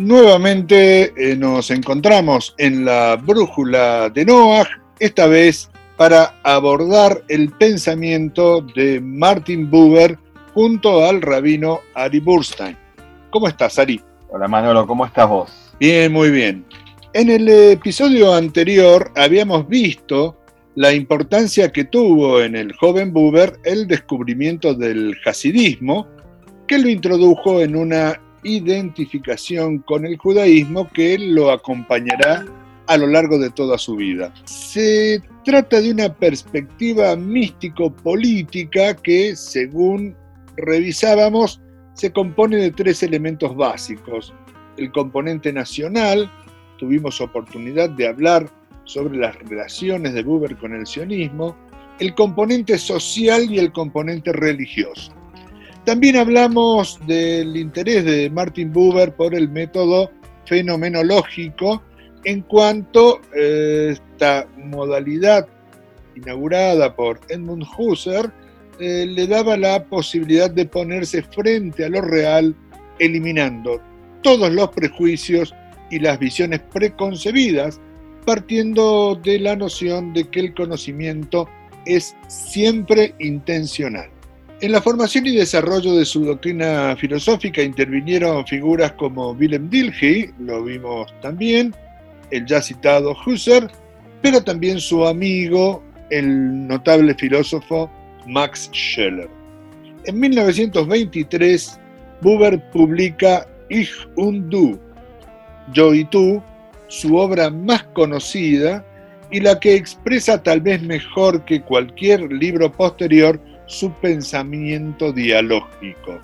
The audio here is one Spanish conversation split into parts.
Nuevamente nos encontramos en la brújula de Noah, esta vez para abordar el pensamiento de Martin Buber junto al rabino Ari Burstein. ¿Cómo estás, Ari? Hola Manolo, ¿cómo estás vos? Bien, muy bien. En el episodio anterior habíamos visto la importancia que tuvo en el joven Buber el descubrimiento del hasidismo, que lo introdujo en una identificación con el judaísmo que lo acompañará a lo largo de toda su vida. Se trata de una perspectiva místico-política que, según revisábamos, se compone de tres elementos básicos. El componente nacional, tuvimos oportunidad de hablar sobre las relaciones de Buber con el sionismo, el componente social y el componente religioso. También hablamos del interés de Martin Buber por el método fenomenológico en cuanto a esta modalidad inaugurada por Edmund Husserl le daba la posibilidad de ponerse frente a lo real, eliminando todos los prejuicios y las visiones preconcebidas, partiendo de la noción de que el conocimiento es siempre intencional. En la formación y desarrollo de su doctrina filosófica intervinieron figuras como Willem Dilthey, lo vimos también, el ya citado Husserl, pero también su amigo, el notable filósofo Max Scheler. En 1923, Buber publica Ich und du, Yo y tú, su obra más conocida y la que expresa tal vez mejor que cualquier libro posterior su pensamiento dialógico.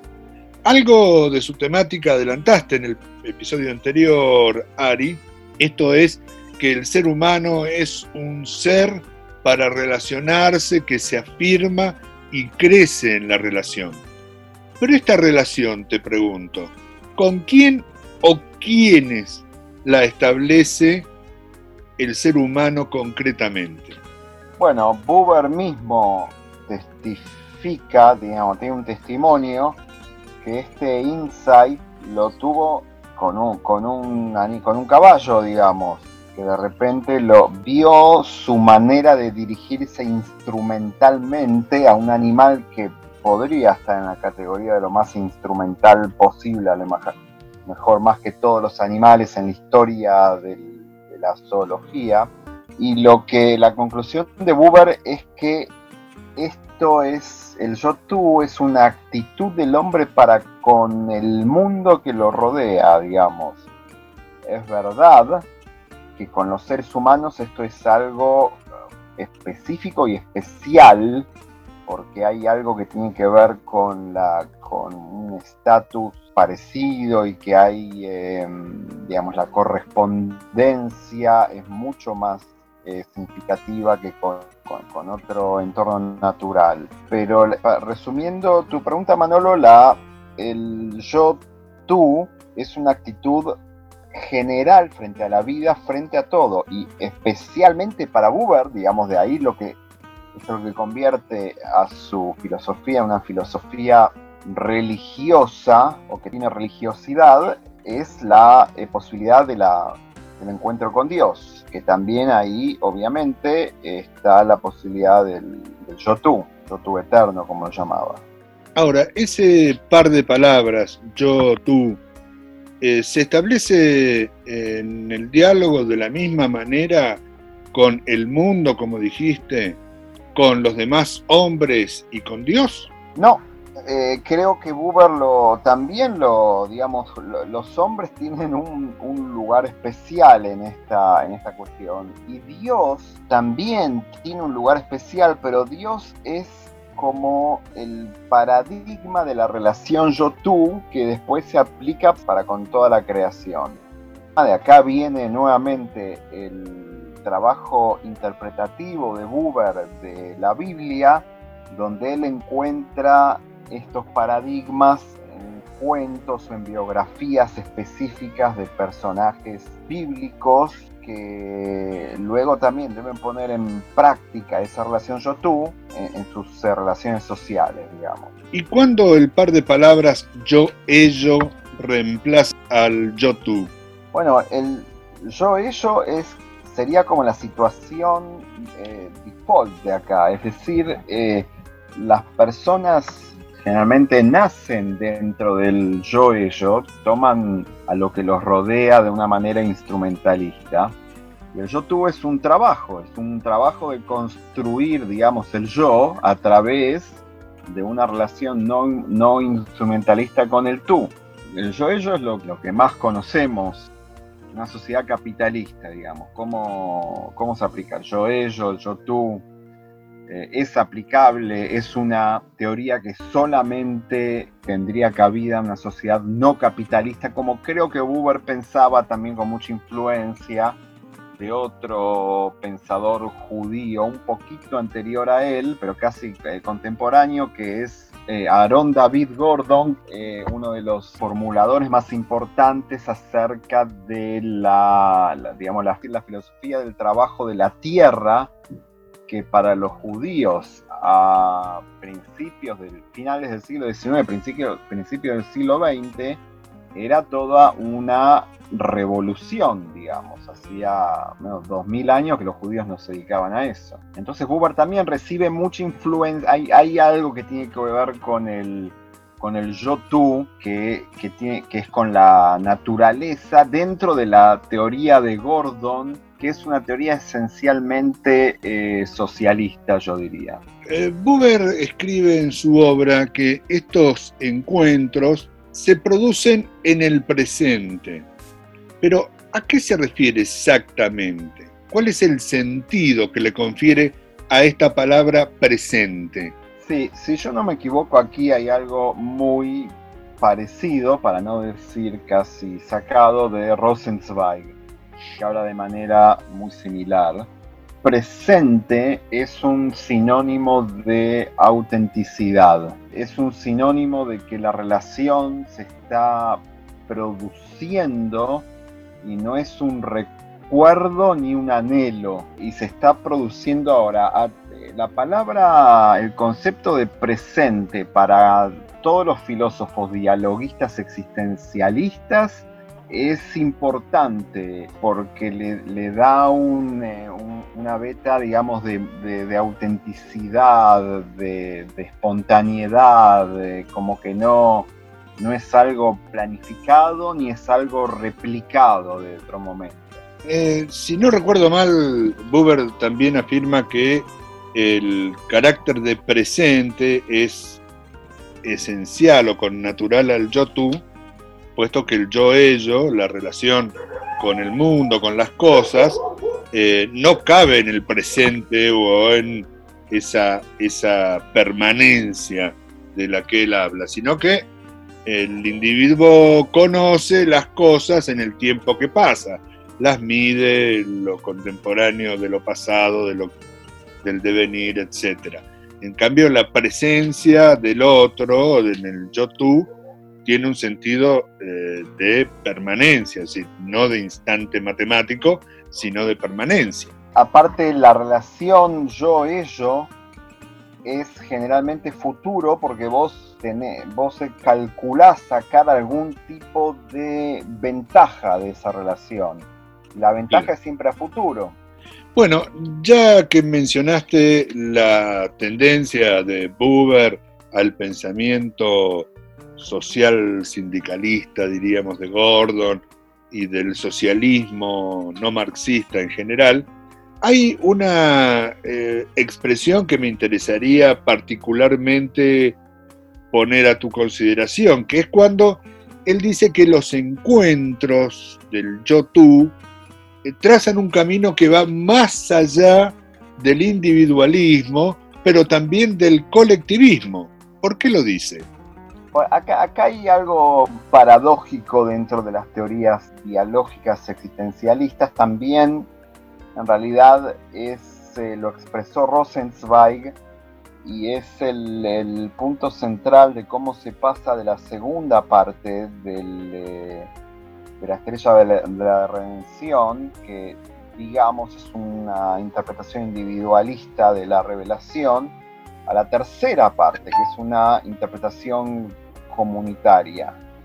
Algo de su temática adelantaste en el episodio anterior, Ari. Esto es que el ser humano es un ser para relacionarse, que se afirma y crece en la relación. Pero esta relación, te pregunto, ¿con quién o quiénes la establece el ser humano concretamente? Bueno, Buber mismo testifica, digamos, tiene un testimonio que este insight lo tuvo con un caballo, digamos, que de repente lo vio su manera de dirigirse instrumentalmente a un animal que podría estar en la categoría de lo más instrumental posible, a lo mejor más que todos los animales en la historia de la zoología. Y la conclusión de Buber es que esto es, el yo-tú es una actitud del hombre para con el mundo que lo rodea, digamos. Es verdad que con los seres humanos esto es algo específico y especial, porque hay algo que tiene que ver con un estatus parecido y que hay, digamos, la correspondencia es mucho más significativa que con otro entorno natural. Pero resumiendo tu pregunta, Manolo, el yo-tú es una actitud general frente a la vida, frente a todo, y especialmente para Buber, digamos, de ahí es lo que convierte a su filosofía en una filosofía religiosa, o que tiene religiosidad, es la posibilidad del encuentro con Dios, que también ahí obviamente está la posibilidad del yo-tú eterno, como lo llamaba. Ahora, ese par de palabras, yo, tú, ¿se establece en el diálogo de la misma manera con el mundo, como dijiste, con los demás hombres y con Dios? No, creo que Buber digamos, los hombres tienen un lugar especial en esta cuestión, y Dios también tiene un lugar especial, pero Dios es como el paradigma de la relación yo-tú que después se aplica para con toda la creación. De acá viene nuevamente el trabajo interpretativo de Buber de la Biblia, donde él encuentra estos paradigmas en cuentos o en biografías específicas de personajes bíblicos que luego también deben poner en práctica esa relación yo-tú en sus relaciones sociales, digamos. ¿Y cuándo el par de palabras yo-ello reemplaza al yo-tú? Bueno, el yo-ello sería como la situación default de acá, es decir, las personas generalmente nacen dentro del yo-ello, toman a lo que los rodea de una manera instrumentalista. Y el yo-tú es un trabajo de construir, digamos, el yo a través de una relación no instrumentalista con el tú. El yo-ello es lo que más conocemos, una sociedad capitalista, digamos. ¿Cómo se aplica el yo-ello, el yo-tú? Es aplicable, es una teoría que solamente tendría cabida en una sociedad no capitalista, como creo que Buber pensaba también con mucha influencia de otro pensador judío un poquito anterior a él, pero casi contemporáneo, que es Aaron David Gordon, uno de los formuladores más importantes acerca de la filosofía del trabajo de la tierra, que para los judíos a finales del siglo XIX, principios del siglo XX, era toda una revolución, digamos. Hacía 2000 años que los judíos no se dedicaban a eso. Entonces Buber también recibe mucha influencia. Hay algo que tiene que ver con el yo-tú, que es con la naturaleza, dentro de la teoría de Gordon, que es una teoría esencialmente socialista, yo diría. Buber escribe en su obra que estos encuentros se producen en el presente. Pero, ¿a qué se refiere exactamente? ¿Cuál es el sentido que le confiere a esta palabra presente? Sí, si yo no me equivoco, aquí hay algo muy parecido, para no decir casi sacado, de Rosenzweig, que habla de manera muy similar. Presente es un sinónimo de autenticidad, es un sinónimo de que la relación se está produciendo y no es un recuerdo ni un anhelo, y se está produciendo ahora. La palabra, el concepto de presente para todos los filósofos dialoguistas existencialistas es importante porque le da una beta, digamos, de autenticidad, de espontaneidad, como que no es algo planificado ni es algo replicado de otro momento. Si no recuerdo mal, Buber también afirma que el carácter de presente es esencial o connatural al yo-tú, puesto que el yo-ello, la relación con el mundo, con las cosas, no cabe en el presente o en esa permanencia de la que él habla, sino que el individuo conoce las cosas en el tiempo que pasa, las mide, lo contemporáneo de lo pasado, del devenir, etc. En cambio, la presencia del otro, en el yo-tú, tiene un sentido de permanencia, es decir, no de instante matemático, sino de permanencia. Aparte, la relación yo-ello es generalmente futuro, porque vos calculás sacar algún tipo de ventaja de esa relación. La ventaja es siempre a futuro. Bueno, ya que mencionaste la tendencia de Buber al pensamiento social sindicalista, diríamos, de Gordon, y del socialismo no marxista en general, hay una expresión que me interesaría particularmente poner a tu consideración, que es cuando él dice que los encuentros del yo-tú trazan un camino que va más allá del individualismo, pero también del colectivismo. ¿Por qué lo dice? Acá hay algo paradójico dentro de las teorías dialógicas existencialistas. También, en realidad, lo expresó Rosenzweig, y es el punto central de cómo se pasa de la segunda parte de la Estrella de la Redención, que digamos es una interpretación individualista de la revelación, a la tercera parte, que es una interpretación comunitaria.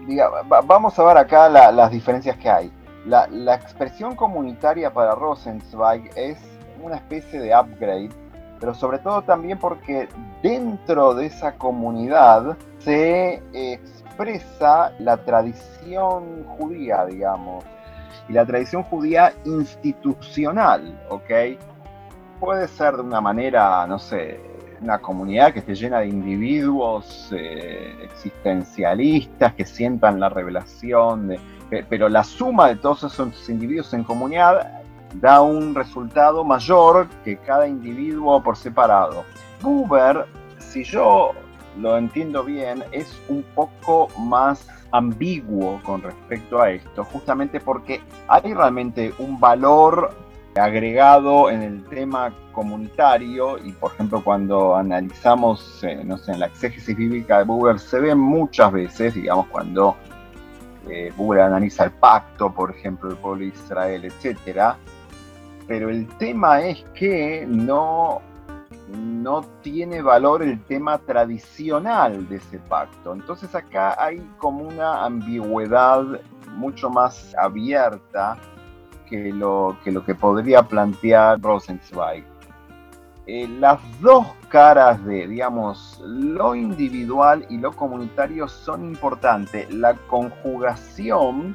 vamos a ver acá las diferencias que hay. La expresión comunitaria para Rosenzweig es una especie de upgrade, pero sobre todo también porque dentro de esa comunidad se expresa la tradición judía, digamos, y la tradición judía institucional, ¿ok? Puede ser de una manera, no sé, una comunidad que esté llena de individuos existencialistas que sientan la revelación, pero la suma de todos esos individuos en comunidad da un resultado mayor que cada individuo por separado. Buber, si yo lo entiendo bien, es un poco más ambiguo con respecto a esto, justamente porque hay realmente un valor agregado en el tema comunitario, y por ejemplo cuando analizamos, no sé, en la exégesis bíblica de Buber se ve muchas veces, digamos, cuando Buber analiza el pacto, por ejemplo, del pueblo de Israel, etc. Pero el tema es que no tiene valor el tema tradicional de ese pacto. Entonces acá hay como una ambigüedad mucho más abierta que lo que podría plantear Rosenzweig. Las dos caras de, digamos, lo individual y lo comunitario son importantes. La conjugación,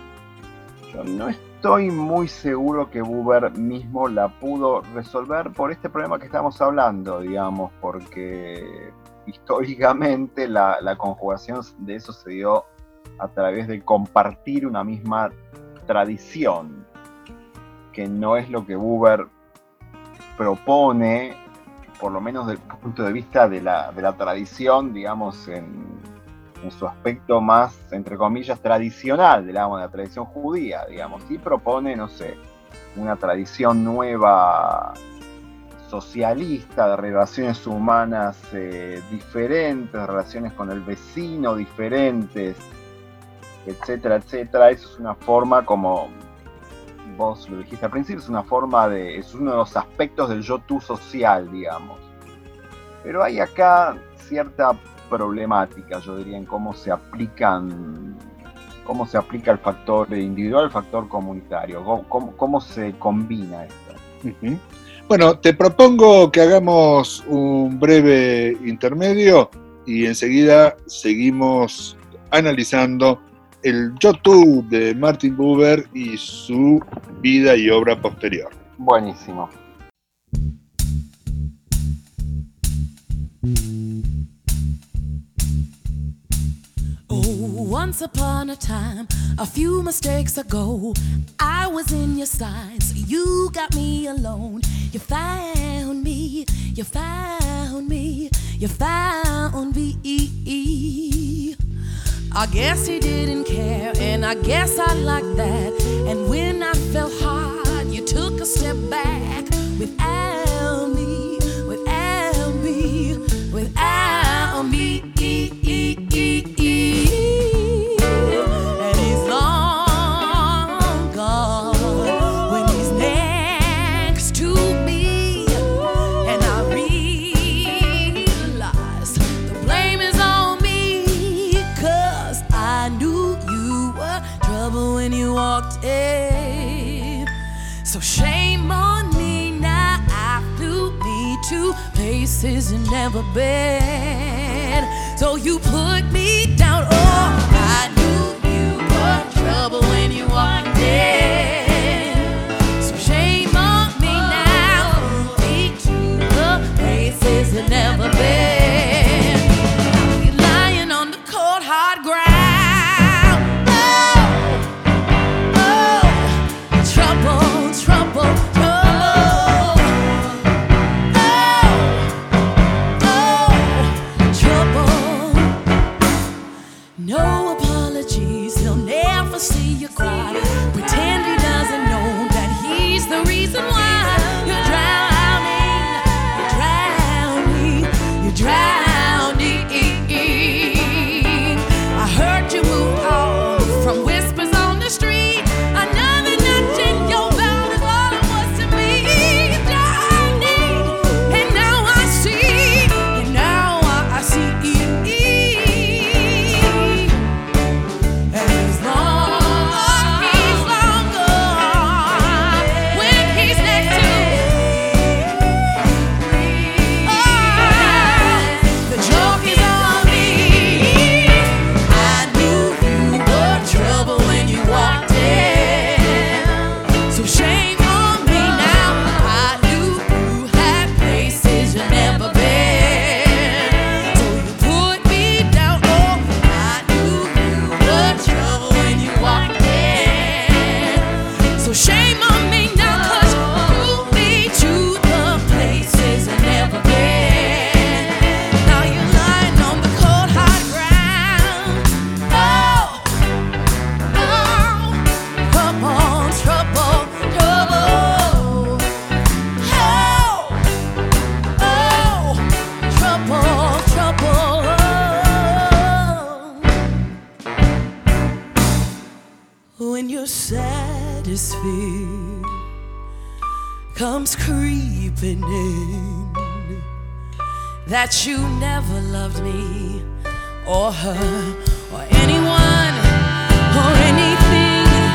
yo no estoy muy seguro que Buber mismo la pudo resolver por este problema que estamos hablando, digamos, porque históricamente la conjugación de eso se dio a través de compartir una misma tradición, que no es lo que Buber propone, por lo menos desde el punto de vista de la tradición, digamos, en su aspecto más, entre comillas, tradicional, digamos, de la tradición judía, digamos. Sí propone, no sé, una tradición nueva, socialista, de relaciones humanas diferentes, relaciones con el vecino diferentes, etcétera, etcétera. Eso es una forma, como vos lo dijiste al principio, es uno de los aspectos del yo-tú social, digamos. Pero hay acá cierta problemática, yo diría, en cómo se aplica el factor individual, el factor comunitario, cómo se combina esto. Uh-huh. Bueno, te propongo que hagamos un breve intermedio y enseguida seguimos analizando el yo-tú de Martin Buber y su vida y obra posterior. Buenísimo. Oh, once upon a time, a few mistakes ago, I was in your sights, you got me alone. You found me, you found me, you found me. I guess he didn't care, and I guess I liked that. And when I fell hard, you took a step back without me, without me, without me. And he's long gone when he's next to me, and I realize the blame is on me, 'cause I knew you were trouble when you walked in. So shame on me, now I flew me to places you've never been. So you put me down, oh, I knew you were trouble when you walked in. So shame on me now, me to the places you've never been. Now you're lying on the cold hard ground. Oh, oh, trouble, trouble, trouble. Oh, trouble. No apologies, he'll never see you cry. saddest fear comes creeping in, that you never loved me or her or anyone or anything.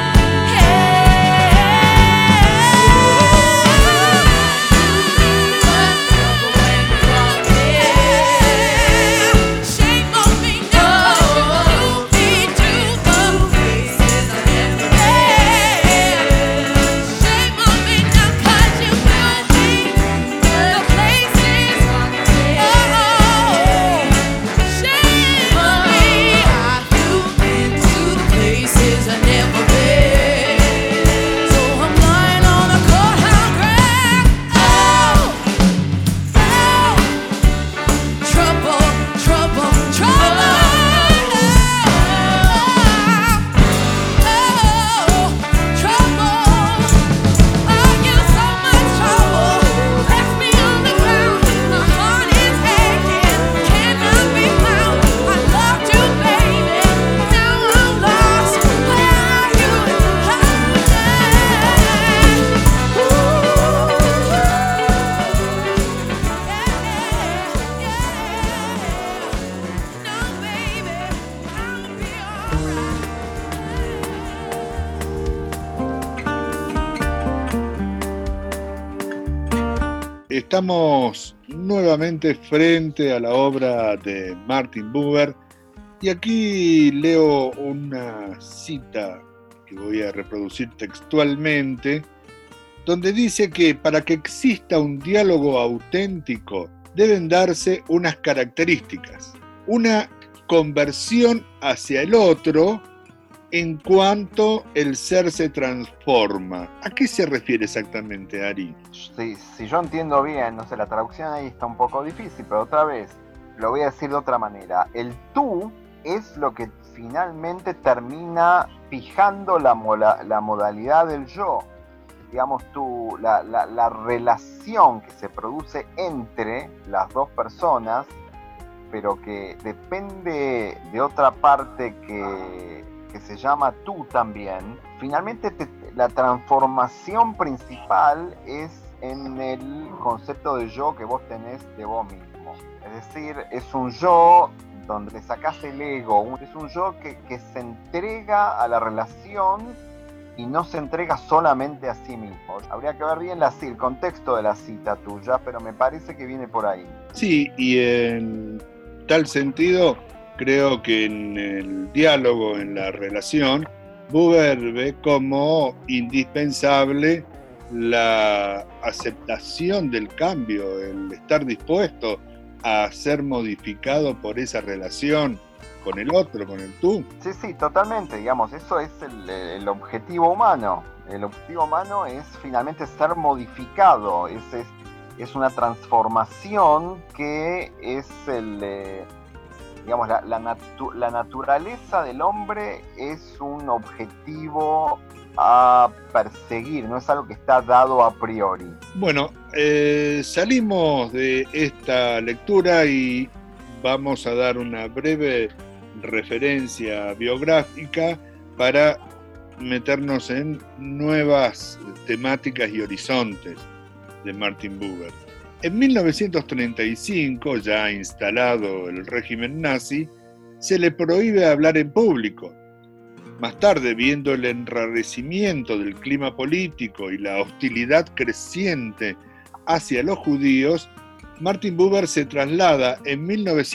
Estamos nuevamente frente a la obra de Martin Buber y aquí leo una cita que voy a reproducir textualmente, donde dice que para que exista un diálogo auténtico deben darse unas características, una conversión hacia el otro en cuanto el ser se transforma. ¿A qué se refiere exactamente, Ari? Si yo entiendo bien, no sé, la traducción ahí está un poco difícil, pero otra vez, lo voy a decir de otra manera. El tú es lo que finalmente termina fijando la modalidad del yo. Digamos, la relación que se produce entre las dos personas, pero que depende de otra parte que se llama tú también. Finalmente la transformación principal es en el concepto de yo que vos tenés de vos mismo. Es decir, es un yo donde le sacás el ego, es un yo que se entrega a la relación y no se entrega solamente a sí mismo. Habría que ver bien el contexto de la cita tuya, pero me parece que viene por ahí. Sí, y en tal sentido, creo que en el diálogo, en la relación, Buber ve como indispensable la aceptación del cambio, el estar dispuesto a ser modificado por esa relación con el otro, con el tú. Sí, totalmente, digamos, eso es el objetivo humano. El objetivo humano es finalmente ser modificado, es una transformación que es digamos, la naturaleza del hombre es un objetivo a perseguir, no es algo que está dado a priori. Bueno, salimos de esta lectura y vamos a dar una breve referencia biográfica para meternos en nuevas temáticas y horizontes de Martin Buber. En 1935, ya instalado el régimen nazi, se le prohíbe hablar en público. Más tarde, viendo el enrarecimiento del clima político y la hostilidad creciente hacia los judíos, Martin Buber se traslada en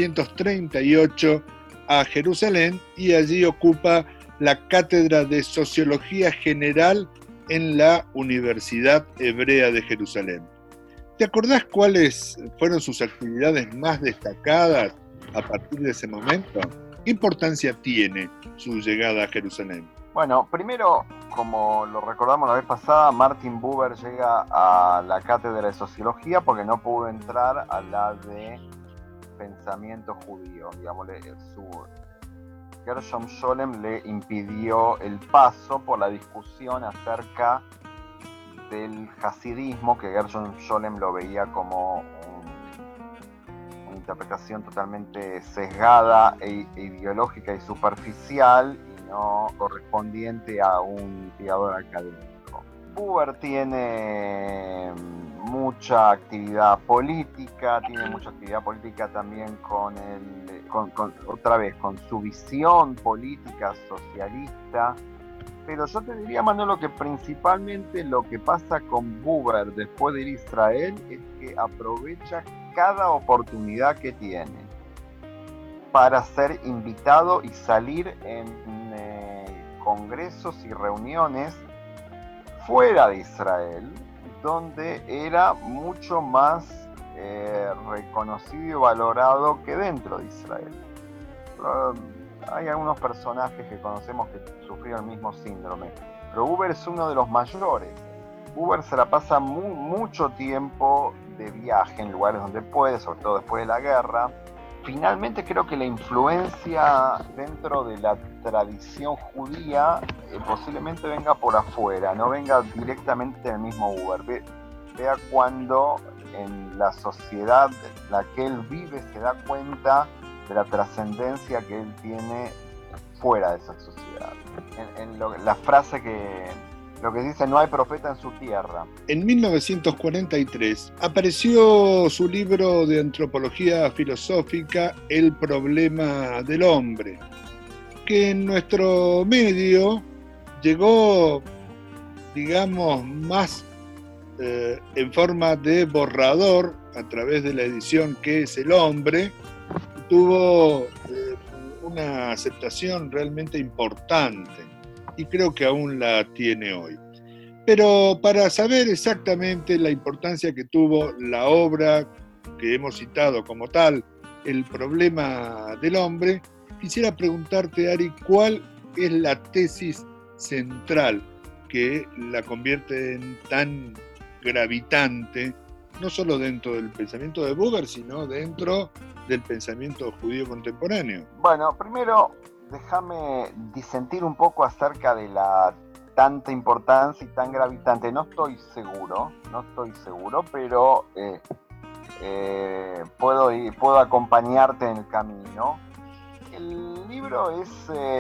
1938 a Jerusalén y allí ocupa la cátedra de Sociología General en la Universidad Hebrea de Jerusalén. ¿Te acordás cuáles fueron sus actividades más destacadas a partir de ese momento? ¿Qué importancia tiene su llegada a Jerusalén? Bueno, primero, como lo recordamos la vez pasada, Martin Buber llega a la cátedra de Sociología porque no pudo entrar a la de pensamiento judío. Digamos, Gershom Scholem le impidió el paso por la discusión acerca del hasidismo, que Gershom Scholem lo veía como una interpretación totalmente sesgada e ideológica y superficial, y sino correspondiente a un investigador académico. Buber tiene mucha actividad política, también con su visión política socialista. Pero yo te diría, Manolo, que principalmente lo que pasa con Buber después de ir a Israel es que aprovecha cada oportunidad que tiene para ser invitado y salir en congresos y reuniones fuera de Israel, donde era mucho más reconocido y valorado que dentro de Israel. Hay algunos personajes que conocemos que sufrieron el mismo síndrome, pero Buber es uno de los mayores. Buber se la pasa mucho tiempo de viaje en lugares donde puede, sobre todo después de la guerra. Finalmente creo que la influencia dentro de la tradición judía posiblemente venga por afuera, no venga directamente del mismo Buber. Vea cuando en la sociedad en la que él vive se da cuenta de la trascendencia que él tiene fuera de esa sociedad. La frase lo que dice, no hay profeta en su tierra. En 1943 apareció su libro de antropología filosófica, El problema del hombre, que en nuestro medio llegó, digamos, más en forma de borrador a través de la edición ¿Qué es el hombre? Tuvo una aceptación realmente importante y creo que aún la tiene hoy. Pero para saber exactamente la importancia que tuvo la obra que hemos citado como tal, El problema del hombre, quisiera preguntarte, Ari, ¿cuál es la tesis central que la convierte en tan gravitante, no solo dentro del pensamiento de Buber, sino dentro del pensamiento judío contemporáneo? Bueno, primero déjame disentir un poco acerca de la tanta importancia y tan gravitante. No estoy seguro, pero puedo acompañarte en el camino. El libro es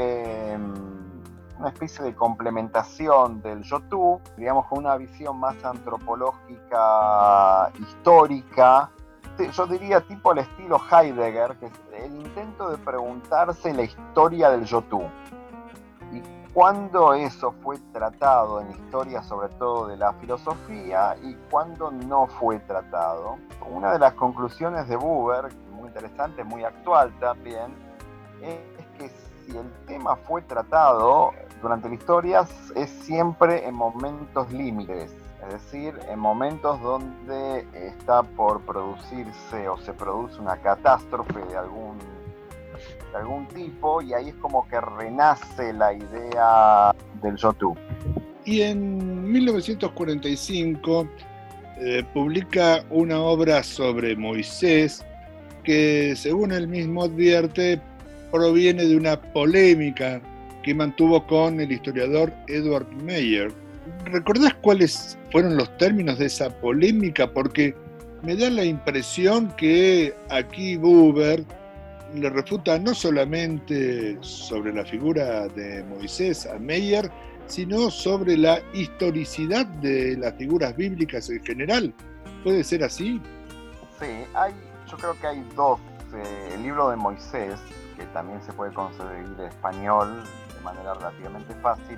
una especie de complementación del Yo-Tú, digamos, con una visión más antropológica, histórica, yo diría tipo al estilo Heidegger, que es el intento de preguntarse la historia del Yo-Tú y cuándo eso fue tratado en historia, sobre todo de la filosofía, y cuándo no fue tratado. Una de las conclusiones de Buber, muy interesante, muy actual también, es que si el tema fue tratado durante la historia es siempre en momentos límites, es decir, en momentos donde está por producirse o se produce una catástrofe de algún tipo, y ahí es como que renace la idea del Yo-Tú. Y en 1945 publica una obra sobre Moisés que, según él mismo advierte, proviene de una polémica que mantuvo con el historiador Edward Meyer. ¿Recordás cuáles fueron los términos de esa polémica? Porque me da la impresión que aquí Buber le refuta no solamente sobre la figura de Moisés a Meyer, sino sobre la historicidad de las figuras bíblicas en general. ¿Puede ser así? Sí, yo creo que hay dos. El libro de Moisés, que también se puede conseguir en español de manera relativamente fácil,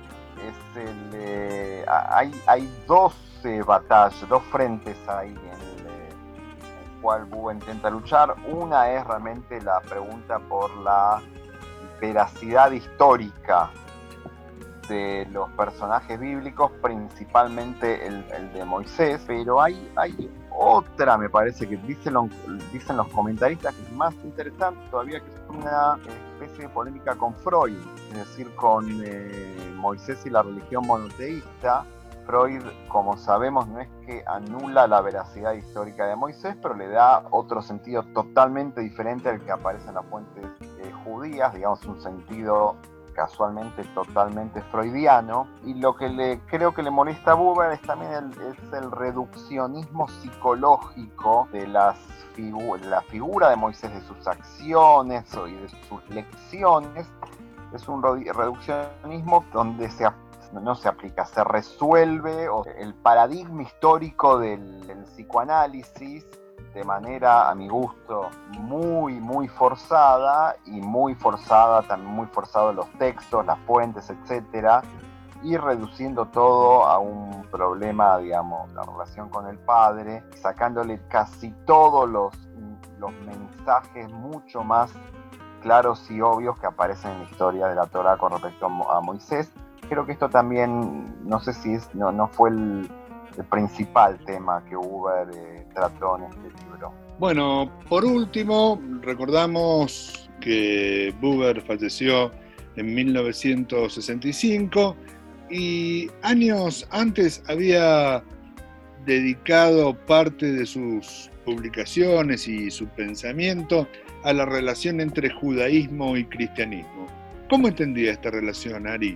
hay dos batallas, dos frentes ahí en el cual Buber intenta luchar. Una es realmente la pregunta por la veracidad histórica de los personajes bíblicos, principalmente el de Moisés, pero hay otra, me parece, que dicen los comentaristas, que es más interesante todavía, que es una especie de polémica con Freud, es decir, con Moisés y la religión monoteísta. Freud, como sabemos, no es que anula la veracidad histórica de Moisés, pero le da otro sentido totalmente diferente al que aparece en las fuentes judías, digamos, un sentido casualmente totalmente freudiano. Y lo que creo que le molesta a Buber es también el reduccionismo psicológico de la figura de Moisés, de sus acciones y de sus lecciones, Es un reduccionismo donde no se aplica, se resuelve el paradigma histórico del psicoanálisis de manera, a mi gusto, muy forzada, y muy forzados los textos, las fuentes, etcétera, y reduciendo todo a un problema, digamos, la relación con el padre, sacándole casi todos los mensajes mucho más claros y obvios que aparecen en la historia de la Torá con respecto a Moisés. Creo que esto también, no sé si no fue el principal tema que Buber trató en este libro. Bueno, por último, recordamos que Buber falleció en 1965 y años antes había dedicado parte de sus publicaciones y su pensamiento a la relación entre judaísmo y cristianismo. ¿Cómo entendía esta relación, Ari?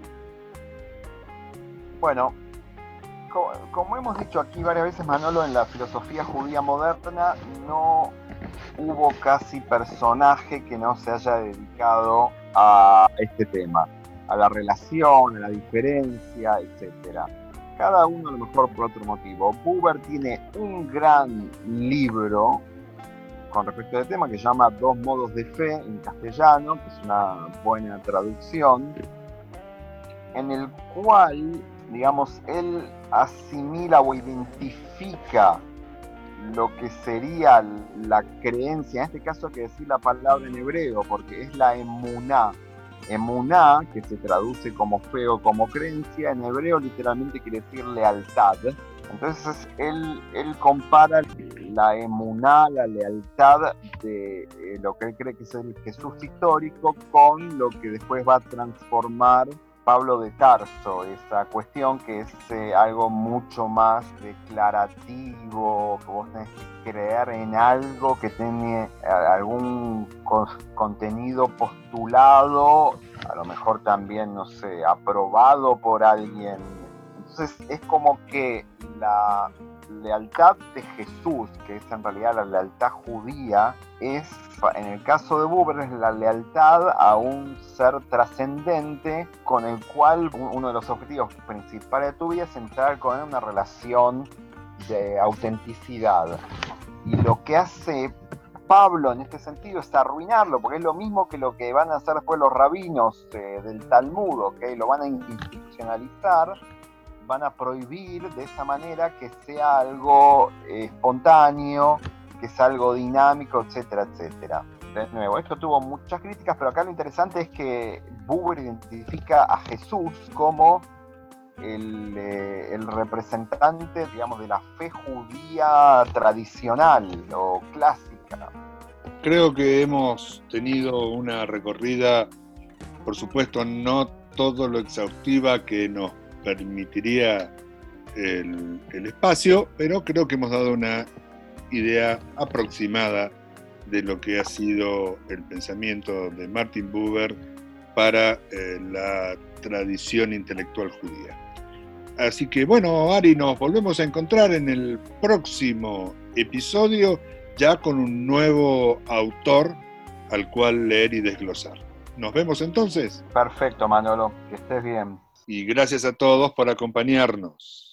Bueno, como hemos dicho aquí varias veces, Manolo, en la filosofía judía moderna no hubo casi personaje que no se haya dedicado a este tema, a la relación, a la diferencia, etc. Cada uno a lo mejor por otro motivo. Buber tiene un gran libro con respecto al tema que se llama Dos modos de fe en castellano, que es una buena traducción, en el cual, digamos, él asimila o identifica lo que sería la creencia, en este caso hay que decir la palabra en hebreo, porque es la emuná. Emuná, que se traduce como fe o como creencia, en hebreo literalmente quiere decir lealtad. Entonces él compara la emuná, la lealtad de lo que él cree que es el Jesús histórico, con lo que después va a transformar Pablo de Tarso, esa cuestión que es algo mucho más declarativo, que vos tenés que creer en algo que tiene algún contenido postulado, a lo mejor también, no sé, aprobado por alguien. Entonces es como que la lealtad de Jesús, que es en realidad la lealtad judía, es, en el caso de Buber, es la lealtad a un ser trascendente con el cual uno de los objetivos principales de tu vida es entrar con él en una relación de autenticidad. Y lo que hace Pablo en este sentido es arruinarlo, porque es lo mismo que lo que van a hacer después los rabinos del Talmud, ¿okay? Lo van a institucionalizar, van a prohibir de esa manera que sea algo espontáneo, que es algo dinámico, etcétera, etcétera. De nuevo, esto tuvo muchas críticas, pero acá lo interesante es que Buber identifica a Jesús como el representante, digamos, de la fe judía tradicional o clásica. Creo que hemos tenido una recorrida, por supuesto, no todo lo exhaustiva que nos permitiría el espacio, pero creo que hemos dado una idea aproximada de lo que ha sido el pensamiento de Martin Buber para la tradición intelectual judía. Así que bueno, Ari, nos volvemos a encontrar en el próximo episodio ya con un nuevo autor al cual leer y desglosar. ¿Nos vemos entonces? Perfecto, Manolo, que estés bien. Y gracias a todos por acompañarnos.